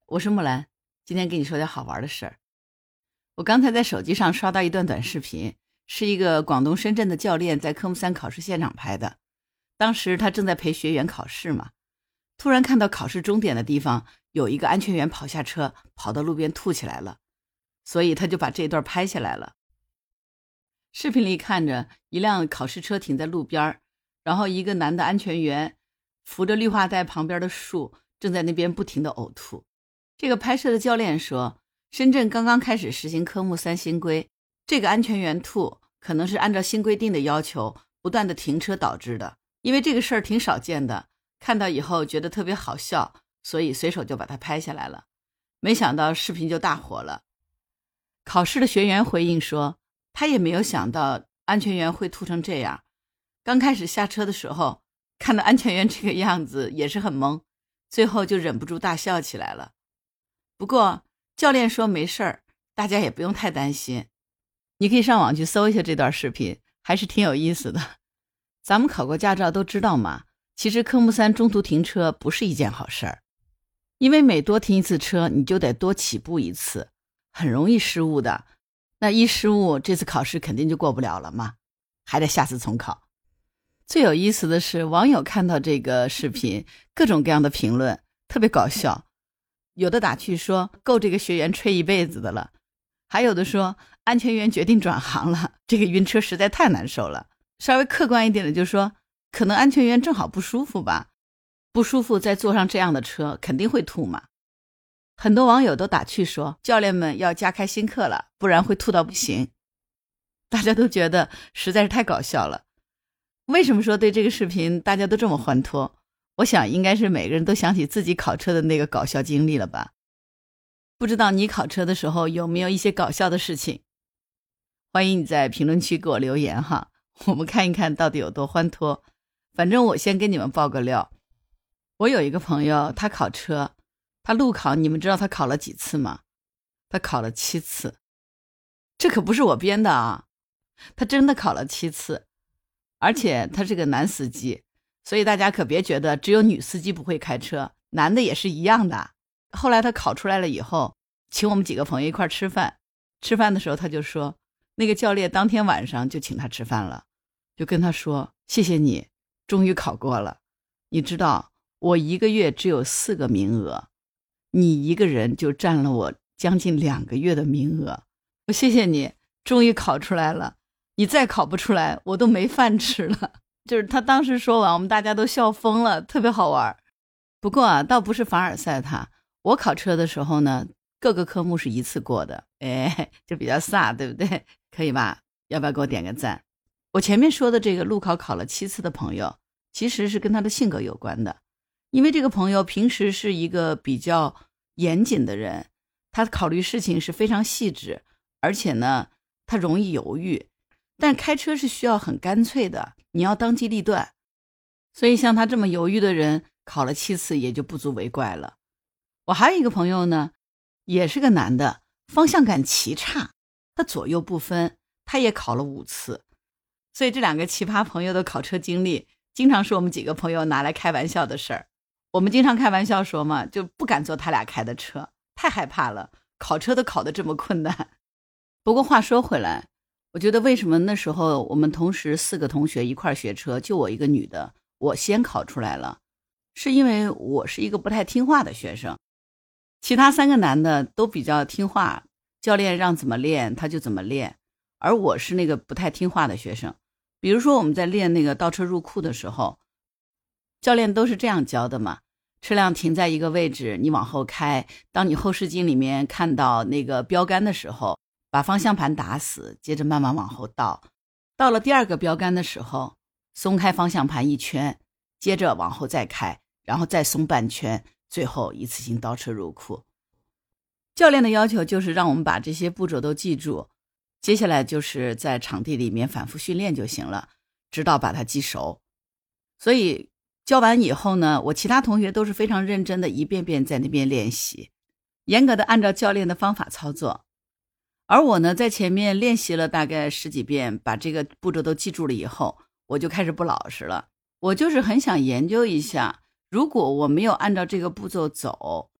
我是木兰，今天给你说点好玩的事儿。我刚才在手机上刷到一段短视频，是一个广东深圳的教练在科目三考试现场拍的。当时他正在陪学员考试嘛，突然看到考试终点的地方有一个安全员跑下车，跑到路边吐起来了，所以他就把这段拍下来了。视频里看着一辆考试车停在路边，然后一个男的安全员扶着绿化带旁边的树，正在那边不停地呕吐。这个拍摄的教练说，深圳刚刚开始实行科目三新规，这个安全员吐可能是按照新规定的要求不断的停车导致的。因为这个事儿挺少见的，看到以后觉得特别好笑，所以随手就把它拍下来了。没想到视频就大火了。考试的学员回应说，他也没有想到安全员会吐成这样。刚开始下车的时候，看到安全员这个样子也是很懵，最后就忍不住大笑起来了。不过教练说没事儿，大家也不用太担心。你可以上网去搜一下这段视频，还是挺有意思的。咱们考过驾照都知道嘛，其实科目三中途停车不是一件好事儿，因为每多停一次车，你就得多起步一次，很容易失误的。那一失误，这次考试肯定就过不了了嘛，还得下次重考。最有意思的是，网友看到这个视频，各种各样的评论，特别搞笑。有的打趣说够这个学员吹一辈子的了，还有的说安全员决定转行了，这个晕车实在太难受了。稍微客观一点的就说，可能安全员正好不舒服吧，不舒服再坐上这样的车肯定会吐嘛。很多网友都打趣说，教练们要加开新课了，不然会吐到不行。大家都觉得实在是太搞笑了。为什么说对这个视频大家都这么欢脱？我想应该是每个人都想起自己考车的那个搞笑经历了吧。不知道你考车的时候有没有一些搞笑的事情？欢迎你在评论区给我留言哈，我们看一看到底有多欢脱。反正我先跟你们爆个料，我有一个朋友，他考车，他路考，你们知道他考了几次吗？他考了7次。这可不是我编的啊，他真的考了7次。而且他是个男司机，所以大家可别觉得只有女司机不会开车，男的也是一样的。后来他考出来了以后，请我们几个朋友一块吃饭，吃饭的时候他就说，那个教练当天晚上就请他吃饭了，就跟他说，谢谢你终于考过了，你知道我一个月只有4个名额，你一个人就占了我将近2个月的名额，我谢谢你终于考出来了，你再考不出来我都没饭吃了。就是他当时说完，我们大家都笑疯了，特别好玩。不过啊，倒不是凡尔赛他，我考车的时候呢，各个科目是一次过的，就比较飒，对不对？可以吧？要不要给我点个赞？我前面说的这个路考考了7次的朋友，其实是跟他的性格有关的。因为这个朋友平时是一个比较严谨的人，他考虑事情是非常细致，而且呢，他容易犹豫。但开车是需要很干脆的，你要当机立断。所以像他这么犹豫的人，考了7次也就不足为怪了。我还有一个朋友呢，也是个男的，方向感奇差，他左右不分，他也考了5次。所以这2个奇葩朋友的考车经历，经常是我们几个朋友拿来开玩笑的事儿。我们经常开玩笑说嘛，就不敢坐他俩开的车，太害怕了，考车都考得这么困难。不过话说回来，我觉得为什么那时候我们同时4个同学一块学车，就我一个女的，我先考出来了，是因为我是一个不太听话的学生，其他3个男的都比较听话，教练让怎么练他就怎么练，而我是那个不太听话的学生。比如说我们在练那个倒车入库的时候，教练都是这样教的嘛，车辆停在一个位置，你往后开，当你后视镜里面看到那个标杆的时候，把方向盘打死，接着慢慢往后倒，到了第2个标杆的时候，松开方向盘1圈，接着往后再开，然后再松半圈，最后一次性倒车入库。教练的要求就是让我们把这些步骤都记住，接下来就是在场地里面反复训练就行了，直到把它记熟。所以教完以后呢，我其他同学都是非常认真的一遍遍在那边练习，严格的按照教练的方法操作。而我呢，在前面练习了大概10几遍，把这个步骤都记住了以后，我就开始不老实了。我就是很想研究一下，如果我没有按照这个步骤走，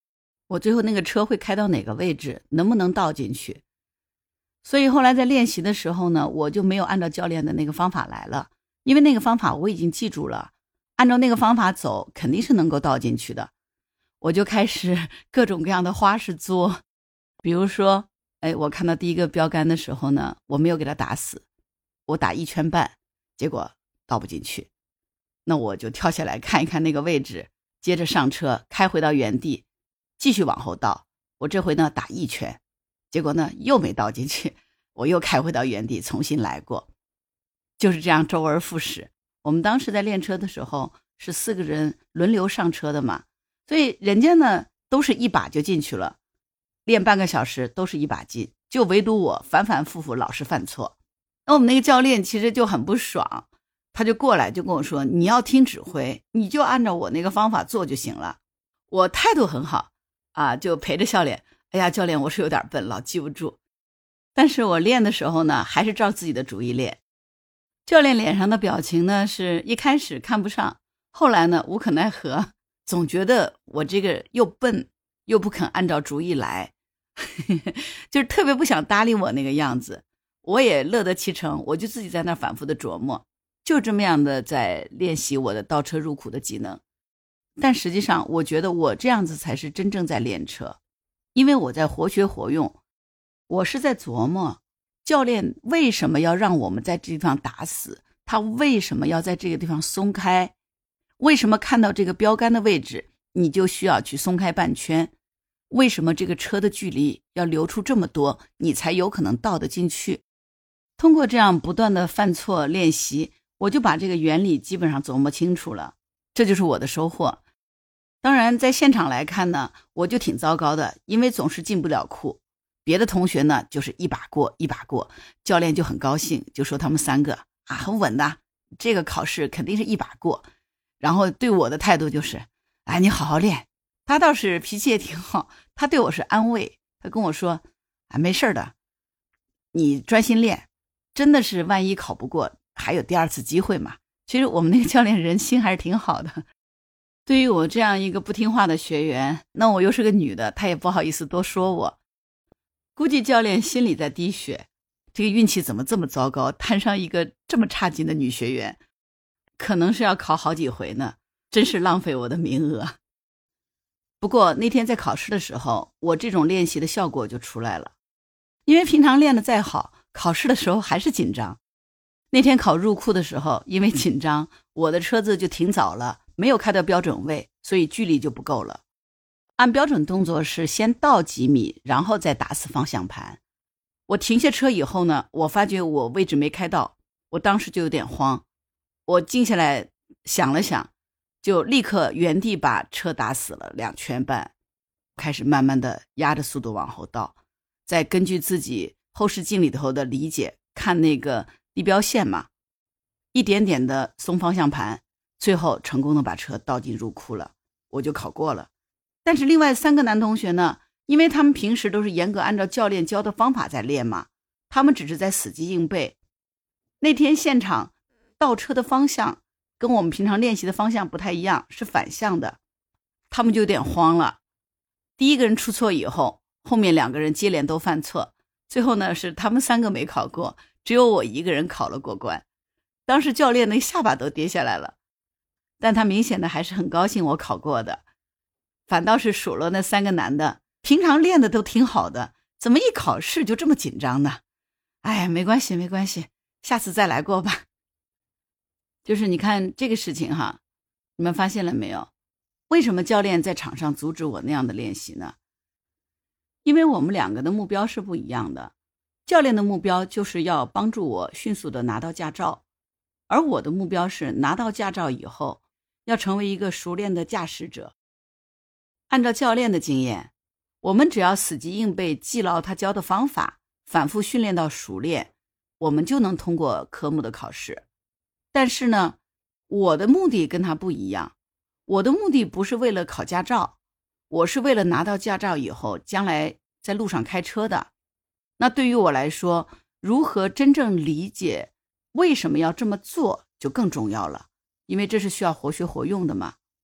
我最后那个车会开到哪个位置，能不能倒进去。所以后来在练习的时候呢，我就没有按照教练的那个方法来了，因为那个方法我已经记住了，按照那个方法走肯定是能够倒进去的。我就开始各种各样的花式作，比如说我看到第一个标杆的时候呢，我没有给它打死，我打1圈半，结果倒不进去，那我就跳下来看一看那个位置，接着上车开回到原地继续往后倒，我这回呢打1圈，结果呢又没倒进去，我又开回到原地重新来过，就是这样周而复始。我们当时在练车的时候是4个人轮流上车的嘛，所以人家呢都是一把就进去了，练半个小时都是一把进，就唯独我反反复复老是犯错。那我们那个教练其实就很不爽，他就过来就跟我说，你要听指挥，你就按照我那个方法做就行了。我态度很好啊，就陪着笑脸，哎呀教练我是有点笨，老记不住。但是我练的时候呢还是照自己的主意练。教练脸上的表情呢是一开始看不上，后来呢无可奈何，总觉得我这个又笨又不肯按照主意来就是特别不想搭理我那个样子。我也乐得其成，我就自己在那反复的琢磨，就这么样的在练习我的倒车入库的技能。但实际上我觉得我这样子才是真正在练车，因为我在活学活用，我是在琢磨教练为什么要让我们在这地方打死，他为什么要在这个地方松开，为什么看到这个标杆的位置你就需要去松开半圈，为什么这个车的距离要留出这么多你才有可能倒得进去。通过这样不断的犯错练习，我就把这个原理基本上琢磨清楚了，这就是我的收获。当然在现场来看呢，我就挺糟糕的，因为总是进不了库。别的同学呢就是一把过一把过，教练就很高兴，就说他们3个啊很稳的，这个考试肯定是一把过。然后对我的态度就是哎，你好好练。他倒是脾气也挺好，他对我是安慰，他跟我说啊没事的，你专心练，真的是万一考不过还有第2次机会嘛。其实我们那个教练人心还是挺好的。对于我这样一个不听话的学员，那我又是个女的，他也不好意思多说我。估计教练心里在滴血，这个运气怎么这么糟糕，摊上一个这么差劲的女学员，可能是要考好几回呢，真是浪费我的名额。不过那天在考试的时候，我这种练习的效果就出来了，因为平常练得再好，考试的时候还是紧张。那天考入库的时候，因为紧张，我的车子就停早了，没有开到标准位，所以距离就不够了。按标准动作是先倒几米，然后再打死方向盘。我停下车以后呢，我发觉我位置没开到，我当时就有点慌。我静下来想了想，就立刻原地把车打死了2圈半，开始慢慢的压着速度往后倒，再根据自己后视镜里头的理解看那个地标线嘛，一点点的松方向盘，最后成功的把车倒进入库了，我就考过了。但是另外3个男同学呢，因为他们平时都是严格按照教练教的方法在练嘛，他们只是在死记硬背。那天现场倒车的方向跟我们平常练习的方向不太一样，是反向的，他们就有点慌了。第一个人出错以后，后面2个人接连都犯错，最后呢是他们3个没考过，只有我1个人考了过关。当时教练那下巴都跌下来了，但他明显的还是很高兴我考过的。反倒是数落那3个男的，平常练的都挺好的，怎么一考试就这么紧张呢？哎，没关系没关系，下次再来过吧。就是你看这个事情哈，你们发现了没有？为什么教练在场上阻止我那样的练习呢？因为我们2个的目标是不一样的。教练的目标就是要帮助我迅速的拿到驾照，而我的目标是拿到驾照以后要成为一个熟练的驾驶者。按照教练的经验，我们只要死记硬背记牢他教的方法，反复训练到熟练，我们就能通过科目的考试。但是呢，我的目的跟他不一样，我的目的不是为了考驾照，我是为了拿到驾照以后将来在路上开车的。那对于我来说，如何真正理解为什么要这么做就更重要了，因为这是需要活学活用的嘛。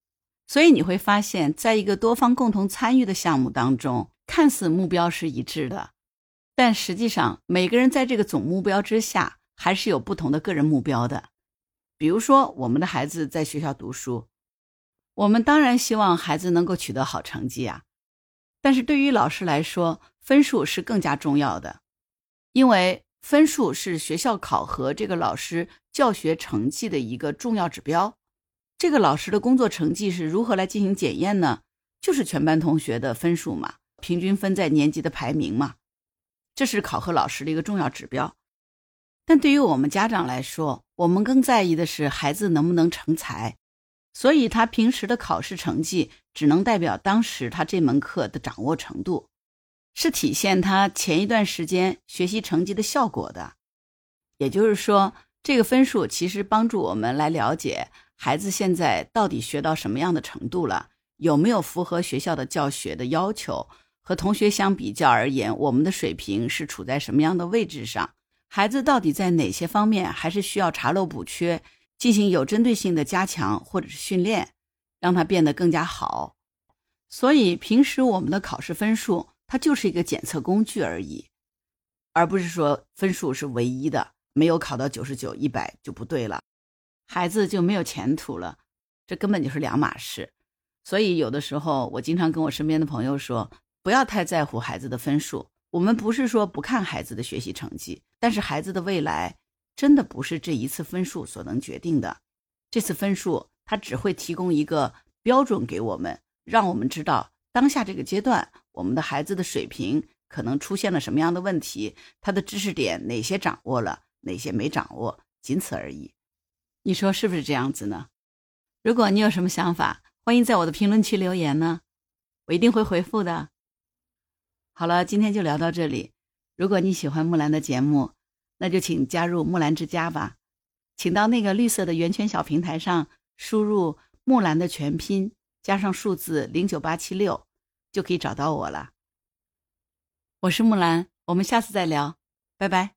所以你会发现，在一个多方共同参与的项目当中，看似目标是一致的，但实际上每个人在这个总目标之下还是有不同的个人目标的。比如说我们的孩子在学校读书，我们当然希望孩子能够取得好成绩啊，但是对于老师来说，分数是更加重要的，因为分数是学校考核这个老师教学成绩的一个重要指标。这个老师的工作成绩是如何来进行检验呢？就是全班同学的分数嘛，平均分在年级的排名嘛，这是考核老师的一个重要指标。但对于我们家长来说，我们更在意的是孩子能不能成才，所以他平时的考试成绩只能代表当时他这门课的掌握程度，是体现他前一段时间学习成绩的效果的。也就是说，这个分数其实帮助我们来了解孩子现在到底学到什么样的程度了，有没有符合学校的教学的要求，和同学相比较而言，我们的水平是处在什么样的位置上，孩子到底在哪些方面还是需要查漏补缺，进行有针对性的加强或者是训练，让他变得更加好。所以平时我们的考试分数它就是一个检测工具而已，而不是说分数是唯一的，没有考到99、100就不对了，孩子就没有前途了，这根本就是两码事。所以有的时候我经常跟我身边的朋友说，不要太在乎孩子的分数，我们不是说不看孩子的学习成绩，但是孩子的未来真的不是这一次分数所能决定的。这次分数它只会提供一个标准给我们，让我们知道当下这个阶段我们的孩子的水平可能出现了什么样的问题，他的知识点哪些掌握了，哪些没掌握，仅此而已。你说是不是这样子呢？如果你有什么想法，欢迎在我的评论区留言呢，我一定会回复的。好了，今天就聊到这里。如果你喜欢木兰的节目，那就请加入木兰之家吧。请到那个绿色的圆圈小平台上输入木兰的全拼加上数字09876，就可以找到我了。我是木兰，我们下次再聊，拜拜。